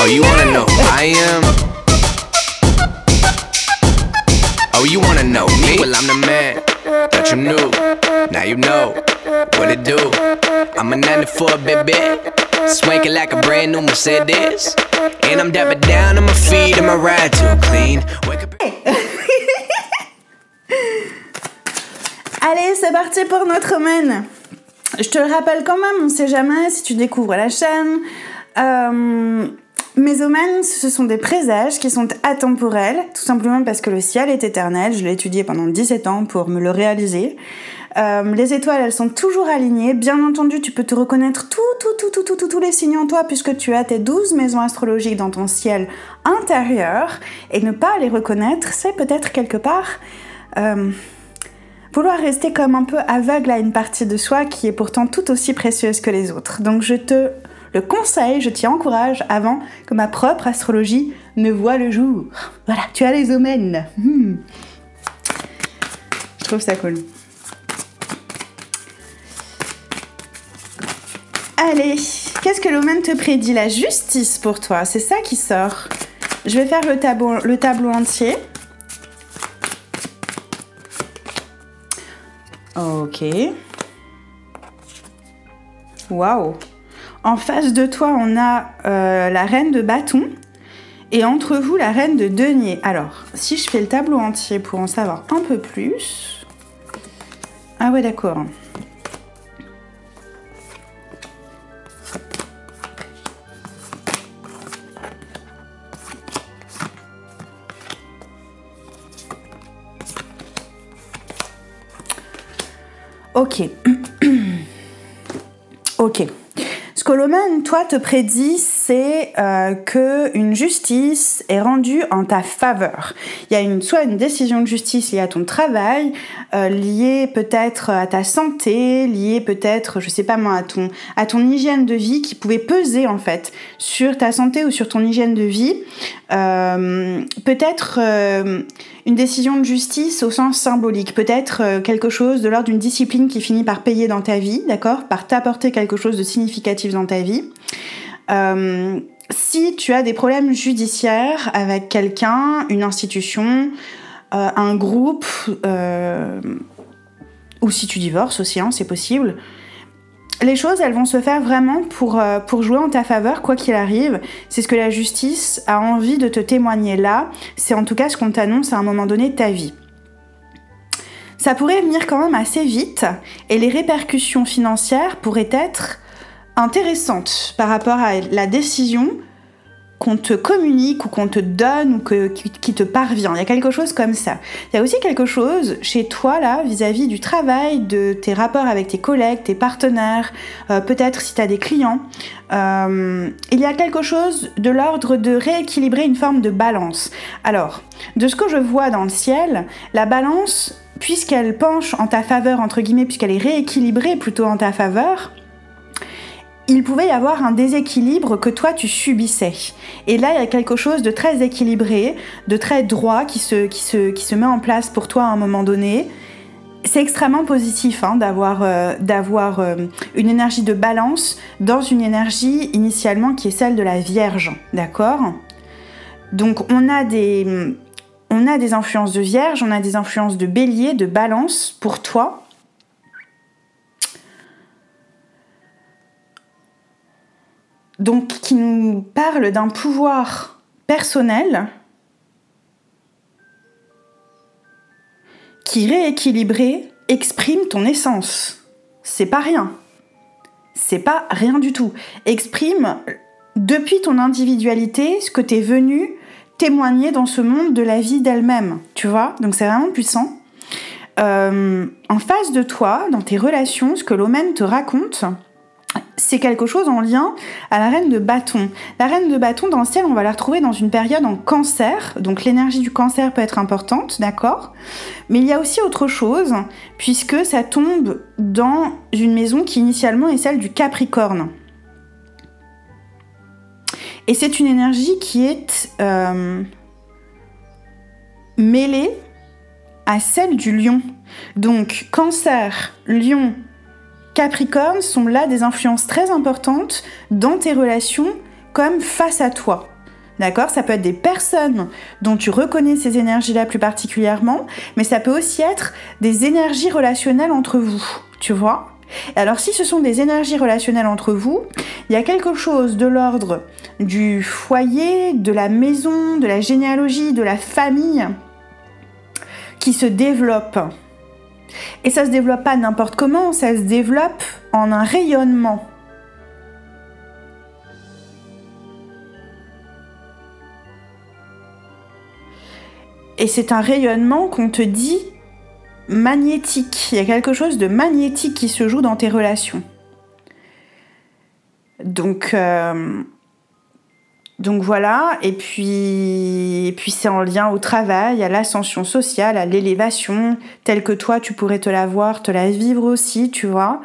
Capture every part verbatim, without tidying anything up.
Oh, you wanna know who I am? Oh, you wanna know me? Well, I'm the man that you knew. Now you know what it do. I'm a ninety-four, baby. Swanking like a brand new Mercedes. And I'm dapping down on my feet and my ride too clean. Wake up. Allez, c'est parti pour notre semaine. Je te le rappelle quand même, on sait jamais si tu découvres la chaîne. Euh, mes omens, ce sont des présages qui sont atemporels, tout simplement parce que le ciel est éternel. Je l'ai étudié pendant dix-sept ans pour me le réaliser. Euh, les étoiles, elles sont toujours alignées. Bien entendu, tu peux te reconnaître tout, tout, tout, tout, tout, tout, tous les signes en toi puisque tu as tes douze maisons astrologiques dans ton ciel intérieur. Et ne pas les reconnaître, c'est peut-être quelque part euh, vouloir rester comme un peu aveugle à une partie de soi qui est pourtant tout aussi précieuse que les autres. Donc je te le conseille, je t'y encourage avant que ma propre astrologie ne voie le jour. Voilà, tu as les omens. Hmm. Je trouve ça cool. Allez, qu'est-ce que l'omen te prédit? La justice pour toi, c'est ça qui sort. Je vais faire le tableau, le tableau entier. Ok. Waouh. En face de toi, on a euh, la reine de bâton et entre vous, la reine de denier. Alors, si je fais le tableau entier pour en savoir un peu plus... Ah ouais, d'accord. Ok. Ok. Ce que l'omen, toi, te prédit, c'est euh, qu'une justice est rendue en ta faveur. Il y a une, soit une décision de justice liée à ton travail, euh, liée peut-être à ta santé, liée peut-être, je sais pas moi, à ton, à ton hygiène de vie qui pouvait peser en fait sur ta santé ou sur ton hygiène de vie. Euh, peut-être euh, une décision de justice au sens symbolique, peut-être euh, quelque chose de l'ordre d'une discipline qui finit par payer dans ta vie, d'accord, par t'apporter quelque chose de significatif dans ta vie. Euh, si tu as des problèmes judiciaires avec quelqu'un, une institution, euh, un groupe, euh, ou si tu divorces aussi, hein, c'est possible, les choses, elles vont se faire vraiment pour, euh, pour jouer en ta faveur, quoi qu'il arrive. C'est ce que la justice a envie de te témoigner là. C'est en tout cas ce qu'on t'annonce à un moment donné de ta vie. Ça pourrait venir quand même assez vite et les répercussions financières pourraient être intéressantes par rapport à la décision qu'on te communique ou qu'on te donne ou que, qui, qui te parvient. Il y a quelque chose comme ça. Il y a aussi quelque chose chez toi, là, vis-à-vis du travail, de tes rapports avec tes collègues, tes partenaires, euh, peut-être si tu as des clients. Euh, il y a quelque chose de l'ordre de rééquilibrer une forme de balance. Alors, de ce que je vois dans le ciel, la balance, puisqu'elle penche en ta faveur, entre guillemets, puisqu'elle est rééquilibrée plutôt en ta faveur, il pouvait y avoir un déséquilibre que toi tu subissais. Et là, il y a quelque chose de très équilibré, de très droit qui se, qui se, qui se met en place pour toi à un moment donné. C'est extrêmement positif hein, d'avoir, euh, d'avoir euh, une énergie de balance dans une énergie initialement qui est celle de la Vierge, d'accord ? Donc on a des, on a des influences de Vierge, on a des influences de Bélier, de Balance pour toi. Donc, qui nous parle d'un pouvoir personnel qui, rééquilibré, exprime ton essence. C'est pas rien. C'est pas rien du tout. Exprime, depuis ton individualité, ce que t'es venu témoigner dans ce monde de la vie d'elle-même. Tu vois ? Donc, c'est vraiment puissant. Euh, en face de toi, dans tes relations, ce que l'omen te raconte... c'est quelque chose en lien à la reine de bâton. La reine de bâton, dans le ciel, on va la retrouver dans une période en cancer, donc l'énergie du cancer peut être importante, d'accord ? Mais il y a aussi autre chose, puisque ça tombe dans une maison qui initialement est celle du Capricorne. Et c'est une énergie qui est euh, mêlée à celle du lion. Donc, cancer, lion, Capricorne sont là des influences très importantes dans tes relations comme face à toi, D'accord ? Ça peut être des personnes dont tu reconnais ces énergies-là plus particulièrement, mais ça peut aussi être des énergies relationnelles entre vous, tu vois ? Alors si ce sont des énergies relationnelles entre vous, il y a quelque chose de l'ordre du foyer, de la maison, de la généalogie, de la famille qui se développe. Et ça se développe pas n'importe comment, ça se développe en un rayonnement. Et c'est un rayonnement qu'on te dit magnétique. Il y a quelque chose de magnétique qui se joue dans tes relations. Donc, euh, donc voilà. Et puis, et puis c'est en lien au travail, à l'ascension sociale, à l'élévation, telle que toi, tu pourrais te la voir, te la vivre aussi, tu vois.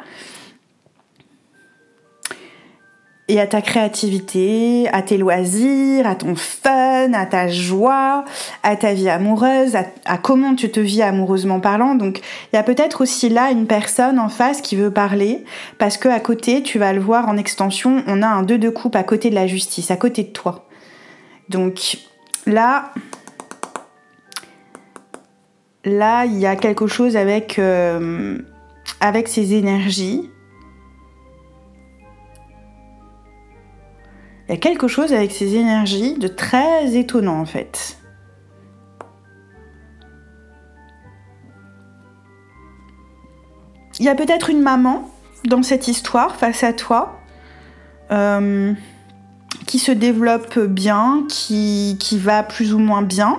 Et à ta créativité, à tes loisirs, à ton fun, à ta joie, à ta vie amoureuse, à, à comment tu te vis amoureusement parlant. Donc, il y a peut-être aussi là une personne en face qui veut parler, parce qu'à côté, tu vas le voir en extension, on a un deux de coupe à côté de la justice, à côté de toi. Donc, là, là, il y a quelque chose avec, euh, avec ces énergies. Il y a quelque chose avec ces énergies de très étonnant en fait. Il y a peut-être une maman dans cette histoire face à toi euh, qui se développe bien, qui, qui va plus ou moins bien.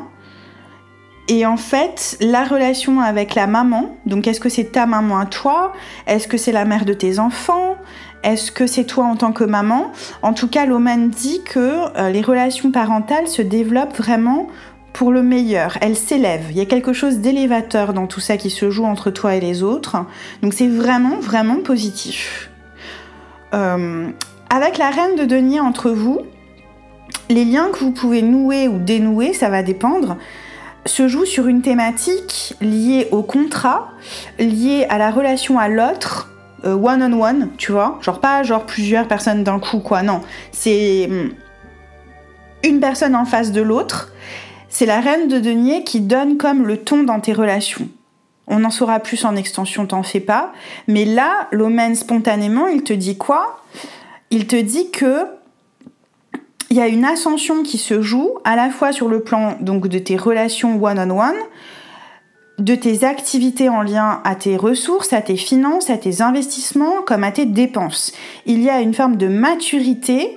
Et en fait, la relation avec la maman, donc est-ce que c'est ta maman à toi ? Est-ce que c'est la mère de tes enfants ? Est-ce que c'est toi en tant que maman ? En tout cas, l'Oman dit que euh, les relations parentales se développent vraiment pour le meilleur. Elles s'élèvent. Il y a quelque chose d'élévateur dans tout ça qui se joue entre toi et les autres. Donc c'est vraiment, vraiment positif. Euh, avec la reine de denier entre vous, les liens que vous pouvez nouer ou dénouer, ça va dépendre, se jouent sur une thématique liée au contrat, liée à la relation à l'autre, Euh, one on one, tu vois, genre pas genre plusieurs personnes d'un coup, quoi, non, c'est une personne en face de l'autre, c'est la reine de denier qui donne comme le ton dans tes relations. On en saura plus en extension, t'en fais pas, mais là, l'Omen spontanément, il te dit quoi ? Il te dit que il y a une ascension qui se joue à la fois sur le plan donc de tes relations one on one, de tes activités en lien à tes ressources, à tes finances, à tes investissements, comme à tes dépenses. Il y a une forme de maturité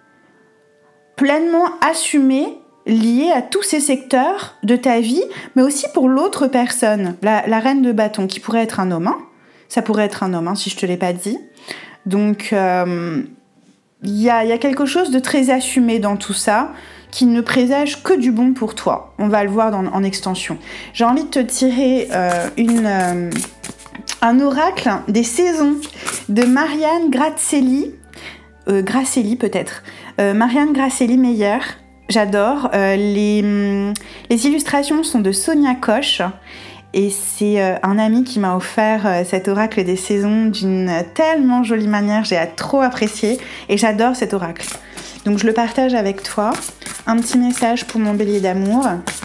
pleinement assumée, liée à tous ces secteurs de ta vie, mais aussi pour l'autre personne, la, la reine de bâton, qui pourrait être un homme. Hein. Ça pourrait être un homme, hein, si je te l'ai pas dit. Donc, euh, il y a, y a quelque chose de très assumé dans tout ça, qui ne présage que du bon pour toi. On va le voir dans, en extension. J'ai envie de te tirer euh, une, euh, un oracle des saisons de Marianne Gracelli, euh, Gracelli peut-être, euh, Marianne Gracelli-Meyer. J'adore. Euh, les, les illustrations sont de Sonia Koch et c'est euh, un ami qui m'a offert euh, cet oracle des saisons d'une tellement jolie manière. J'ai trop apprécié et j'adore cet oracle. Donc je le partage avec toi. Un petit message pour mon bélier d'amour.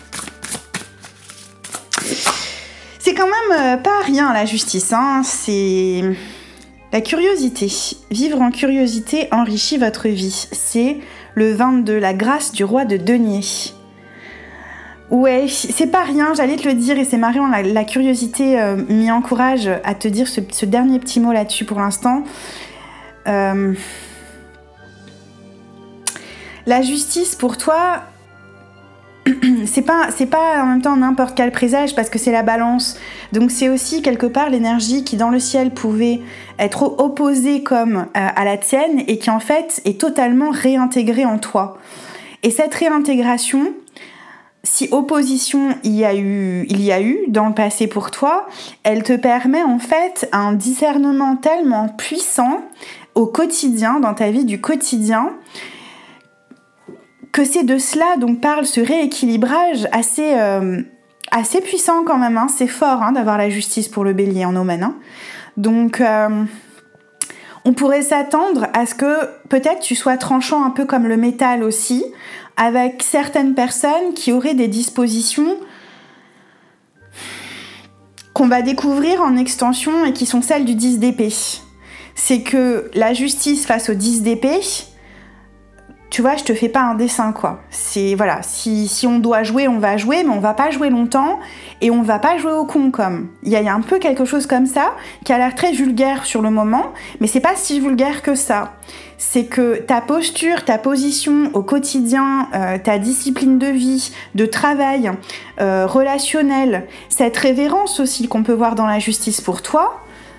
C'est quand même euh, pas rien la justice, hein. C'est la curiosité. Vivre en curiosité enrichit votre vie. C'est le vingt-deux, la grâce du roi de denier. Ouais, c'est pas rien, j'allais te le dire et c'est marrant, la, la curiosité euh, m'y encourage à te dire ce, ce dernier petit mot là-dessus pour l'instant. Euh... La justice, pour toi, c'est pas, c'est pas en même temps n'importe quel présage parce que c'est la balance. Donc c'est aussi quelque part l'énergie qui dans le ciel pouvait être opposée comme euh, à la tienne et qui en fait est totalement réintégrée en toi. Et cette réintégration, si opposition il y a eu, il y a eu dans le passé pour toi, elle te permet en fait un discernement tellement puissant au quotidien, dans ta vie du quotidien, que c'est de cela dont parle ce rééquilibrage assez, euh, assez puissant quand même. Hein. C'est fort hein, d'avoir la justice pour le bélier en Omen. Hein. Donc, euh, On pourrait s'attendre à ce que peut-être tu sois tranchant un peu comme le métal aussi, avec certaines personnes qui auraient des dispositions qu'on va découvrir en extension et qui sont celles du dix d'épée. C'est que la justice face au dix d'épée, tu vois, je te fais pas un dessin, quoi. C'est, voilà, si, si on doit jouer, on va jouer, mais on va pas jouer longtemps et on va pas jouer au con, comme. Il y, y a un peu quelque chose comme ça qui a l'air très vulgaire sur le moment, mais c'est pas si vulgaire que ça. C'est que ta posture, ta position au quotidien, euh, ta discipline de vie, de travail, euh, relationnelle, cette révérence aussi qu'on peut voir dans la justice pour toi,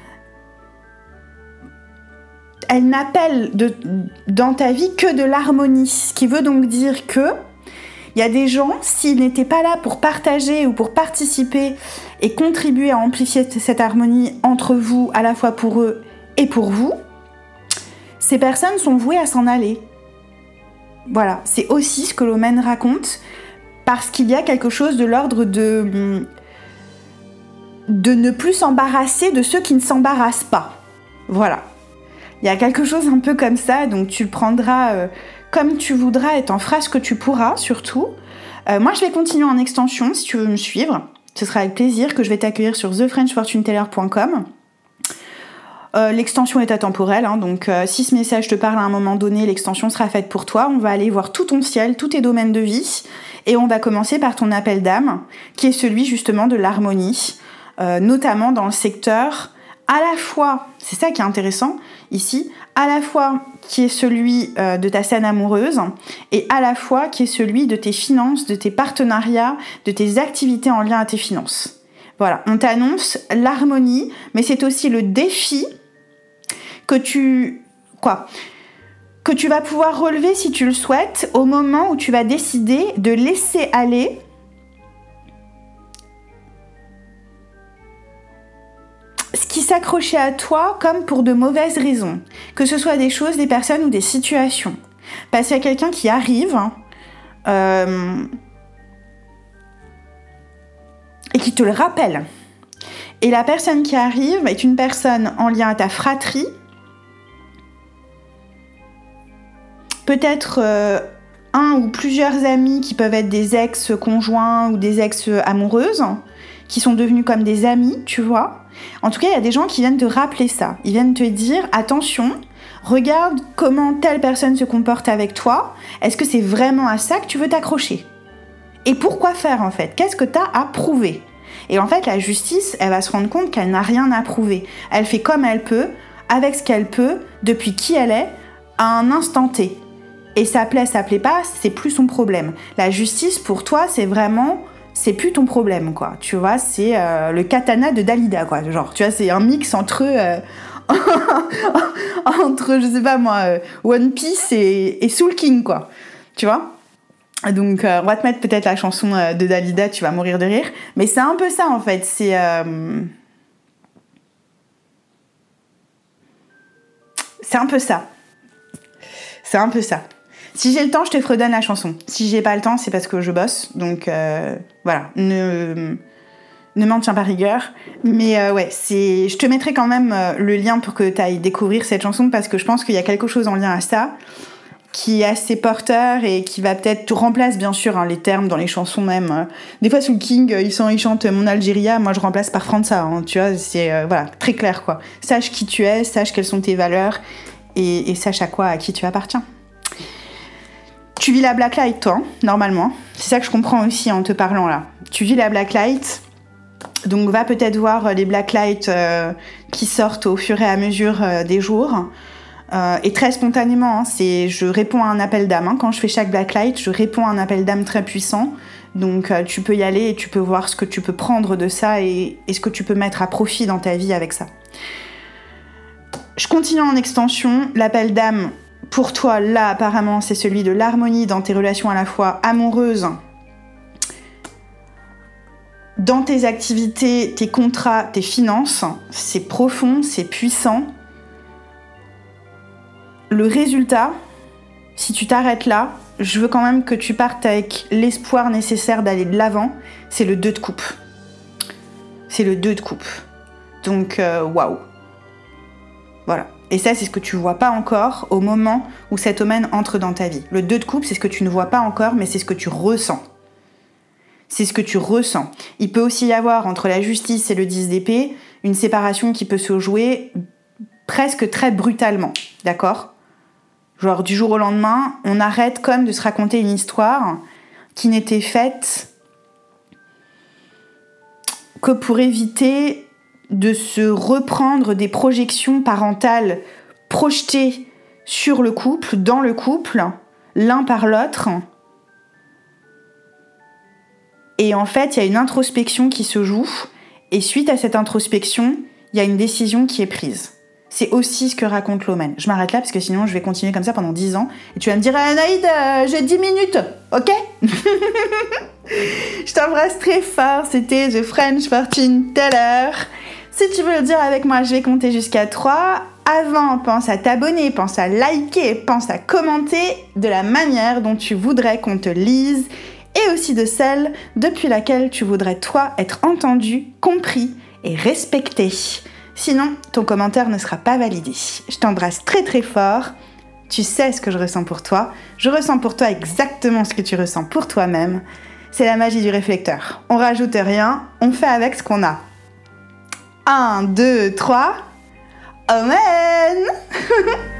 elle n'appelle de, dans ta vie que de l'harmonie. Ce qui veut donc dire que il y a des gens, s'ils n'étaient pas là pour partager ou pour participer et contribuer à amplifier cette harmonie entre vous, à la fois pour eux et pour vous, ces personnes sont vouées à s'en aller. Voilà, c'est aussi ce que l'Omen raconte, parce qu'il y a quelque chose de l'ordre de, de ne plus s'embarrasser de ceux qui ne s'embarrassent pas. Voilà. Il y a quelque chose un peu comme ça, donc tu le prendras euh, comme tu voudras et t'en feras ce que tu pourras, surtout. Euh, moi, je vais continuer en extension, si tu veux me suivre. Ce sera avec plaisir que je vais t'accueillir sur the french fortune teller point com. Euh, l'extension est atemporelle, hein, donc euh, si ce message te parle à un moment donné, l'extension sera faite pour toi. On va aller voir tout ton ciel, tous tes domaines de vie, et on va commencer par ton appel d'âme, qui est celui justement de l'harmonie, euh, notamment dans le secteur à la fois, c'est ça qui est intéressant ici, à la fois qui est celui euh, de ta scène amoureuse et à la fois qui est celui de tes finances, de tes partenariats, de tes activités en lien à tes finances. Voilà, on t'annonce l'harmonie, mais c'est aussi le défi que tu, quoi, que tu vas pouvoir relever si tu le souhaites au moment où tu vas décider de laisser aller ce qui s'accrochait à toi comme pour de mauvaises raisons, que ce soit des choses, des personnes ou des situations. Parce qu'il y a quelqu'un qui arrive euh, et qui te le rappelle. Et la personne qui arrive est une personne en lien à ta fratrie, peut-être euh, un ou plusieurs amis qui peuvent être des ex-conjoints ou des ex-amoureuses, qui sont devenus comme des amis, tu vois. En tout cas, il y a des gens qui viennent te rappeler ça. Ils viennent te dire, attention, regarde comment telle personne se comporte avec toi. Est-ce que c'est vraiment à ça que tu veux t'accrocher ? Et pourquoi faire, en fait ? Qu'est-ce que tu as à prouver ? Et en fait, la justice, elle va se rendre compte qu'elle n'a rien à prouver. Elle fait comme elle peut, avec ce qu'elle peut, depuis qui elle est, à un instant T. Et ça plaît, ça plaît pas, c'est plus son problème. La justice, pour toi, c'est vraiment... c'est plus ton problème, quoi. Tu vois, c'est euh, le katana de Dalida, quoi. Genre, tu vois, c'est un mix entre... Euh, entre, je sais pas moi, euh, One Piece et, et Soul King, quoi. Tu vois ? Donc, euh, on va te mettre peut-être la chanson euh, de Dalida, tu vas mourir de rire. Mais c'est un peu ça, en fait. C'est... Euh... C'est un peu ça. C'est un peu ça. Si j'ai le temps, je te fredonne la chanson. Si j'ai pas le temps, c'est parce que je bosse. Donc, euh, voilà. Ne, ne m'en tiens pas rigueur. Mais euh, ouais, c'est... je te mettrai quand même euh, le lien pour que tu ailles découvrir cette chanson parce que je pense qu'il y a quelque chose en lien à ça qui est assez porteur et qui va peut-être... Tu remplaces, bien sûr, hein, les termes dans les chansons même. Des fois, Soul King, ils, sont, ils chantent « Mon Algéria », moi, je remplace par França. Hein, tu vois, c'est euh, voilà, très clair, quoi. Sache qui tu es, sache quelles sont tes valeurs et, et sache à quoi, à qui tu appartiens. Tu vis la black light, toi, hein, normalement. C'est ça que je comprends aussi en te parlant, là. Tu vis la black light, donc va peut-être voir les black lights euh, qui sortent au fur et à mesure euh, des jours. Euh, et très spontanément, hein, c'est, je réponds à un appel d'âme. Hein. Quand je fais chaque black light, je réponds à un appel d'âme très puissant. Donc euh, tu peux y aller et tu peux voir ce que tu peux prendre de ça et, et ce que tu peux mettre à profit dans ta vie avec ça. Je continue en extension. L'appel d'âme, pour toi, là, apparemment, c'est celui de l'harmonie dans tes relations à la fois amoureuses, dans tes activités, tes contrats, tes finances. C'est profond, c'est puissant. Le résultat, si tu t'arrêtes là, je veux quand même que tu partes avec l'espoir nécessaire d'aller de l'avant. C'est le deux de coupe. C'est le deux de coupe. Donc, waouh. Wow. Voilà. Et ça, c'est ce que tu vois pas encore au moment où cet omen entre dans ta vie. Le deux de coupe, c'est ce que tu ne vois pas encore, mais c'est ce que tu ressens. C'est ce que tu ressens. Il peut aussi y avoir, entre la justice et le dix d'épée, une séparation qui peut se jouer presque très brutalement, d'accord ? Genre, du jour au lendemain, on arrête comme de se raconter une histoire qui n'était faite que pour éviter de se reprendre des projections parentales projetées sur le couple, dans le couple, l'un par l'autre. Et en fait, il y a une introspection qui se joue, et suite à cette introspection, il y a une décision qui est prise. C'est aussi ce que raconte l'omen. Je m'arrête là parce que sinon je vais continuer comme ça pendant dix ans. Et tu vas me dire, Anaïd, euh, j'ai dix minutes, ok? Je t'embrasse très fort, c'était The French Fortune Teller. Si tu veux le dire avec moi, je vais compter jusqu'à trois. Avant, pense à t'abonner, pense à liker, pense à commenter de la manière dont tu voudrais qu'on te lise et aussi de celle depuis laquelle tu voudrais toi être entendu, compris et respecté. Sinon, ton commentaire ne sera pas validé. Je t'embrasse très très fort. Tu sais ce que je ressens pour toi. Je ressens pour toi exactement ce que tu ressens pour toi-même. C'est la magie du réflecteur. On rajoute rien, on fait avec ce qu'on a. Un, deux, trois. Amen.